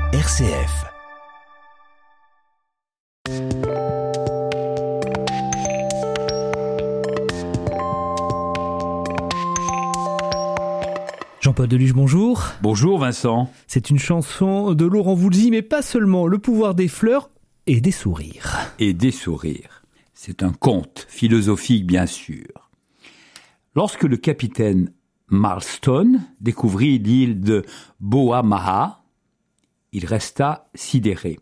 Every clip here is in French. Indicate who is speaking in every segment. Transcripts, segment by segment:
Speaker 1: RCF.
Speaker 2: Jean-Paul Deluge, bonjour.
Speaker 3: Bonjour Vincent.
Speaker 2: C'est une chanson de Laurent Voulzy, mais pas seulement. Le pouvoir des fleurs et des sourires.
Speaker 3: Et des sourires. C'est un conte philosophique, bien sûr. Lorsque le capitaine Marston découvrit l'île de Boa Maha, il resta sidéré.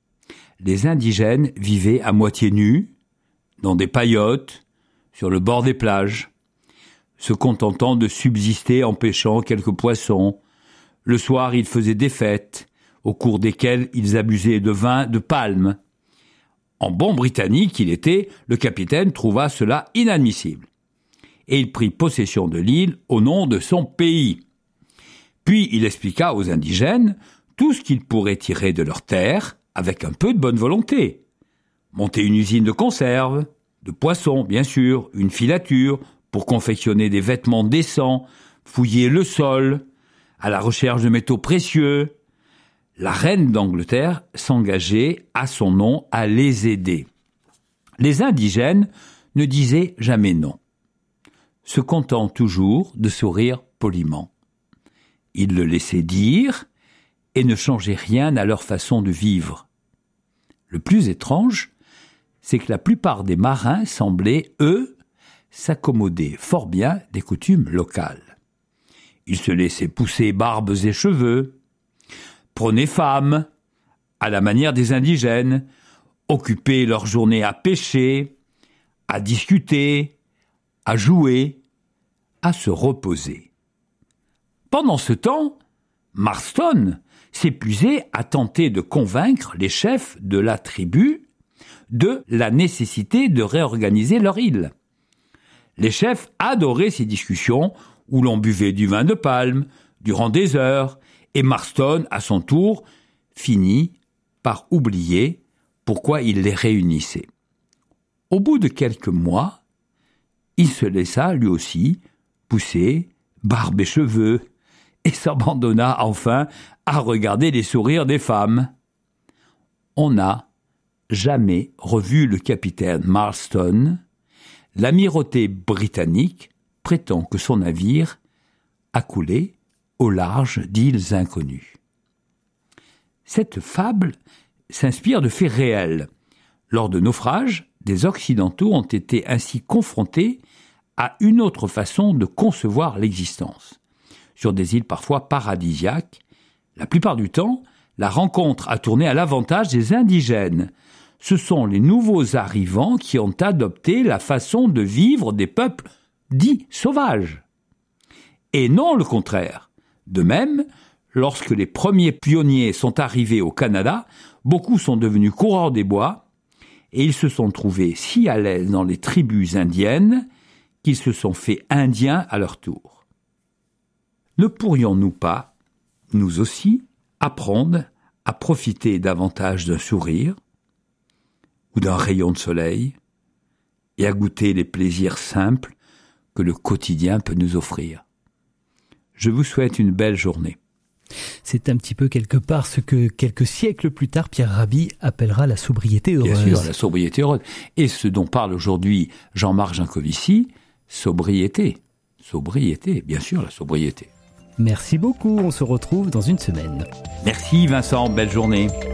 Speaker 3: Les indigènes vivaient à moitié nus, dans des paillotes, sur le bord des plages, se contentant de subsister en pêchant quelques poissons. Le soir, ils faisaient des fêtes, au cours desquelles ils abusaient de vin de palme. En bon britannique qu'il était, le capitaine trouva cela inadmissible. Et il prit possession de l'île au nom de son pays. Puis il expliqua aux indigènes tout ce qu'ils pourraient tirer de leurs terres avec un peu de bonne volonté. Monter une usine de conserve, de poissons bien sûr, une filature pour confectionner des vêtements décents, fouiller le sol, à la recherche de métaux précieux. La reine d'Angleterre s'engageait à son nom à les aider. Les indigènes ne disaient jamais non, se contentant toujours de sourire poliment. Ils le laissaient dire et ne changeaient rien à leur façon de vivre. Le plus étrange, c'est que la plupart des marins semblaient, eux, s'accommoder fort bien des coutumes locales. Ils se laissaient pousser barbes et cheveux, prenaient femme, à la manière des indigènes, occupaient leur journée à pêcher, à discuter, à jouer, à se reposer. Pendant ce temps, Marston s'épuisait à tenter de convaincre les chefs de la tribu de la nécessité de réorganiser leur île. Les chefs adoraient ces discussions où l'on buvait du vin de palme durant des heures et Marston, à son tour, finit par oublier pourquoi il les réunissait. Au bout de quelques mois, il se laissa, lui aussi, pousser barbe et cheveux et s'abandonna enfin à regarder les sourires des femmes. On n'a jamais revu le capitaine Marston. L'amirauté britannique prétend que son navire a coulé au large d'îles inconnues. Cette fable s'inspire de faits réels. Lors de naufrages, des Occidentaux ont été ainsi confrontés à une autre façon de concevoir l'existence. Sur des îles parfois paradisiaques, la plupart du temps, la rencontre a tourné à l'avantage des indigènes. Ce sont les nouveaux arrivants qui ont adopté la façon de vivre des peuples dits sauvages. Et non le contraire. De même, lorsque les premiers pionniers sont arrivés au Canada, beaucoup sont devenus coureurs des bois et ils se sont trouvés si à l'aise dans les tribus indiennes qu'ils se sont fait indiens à leur tour. Ne pourrions-nous pas, nous aussi, apprendre à profiter davantage d'un sourire ou d'un rayon de soleil et à goûter les plaisirs simples que le quotidien peut nous offrir? Je vous souhaite une belle journée.
Speaker 2: C'est un petit peu quelque part ce que quelques siècles plus tard Pierre Rabhi appellera la sobriété heureuse.
Speaker 3: Bien sûr, la sobriété heureuse. Et ce dont parle aujourd'hui Jean-Marc Jancovici, sobriété. Sobriété, bien sûr, la sobriété.
Speaker 2: Merci beaucoup, on se retrouve dans une semaine.
Speaker 3: Merci Vincent, belle journée.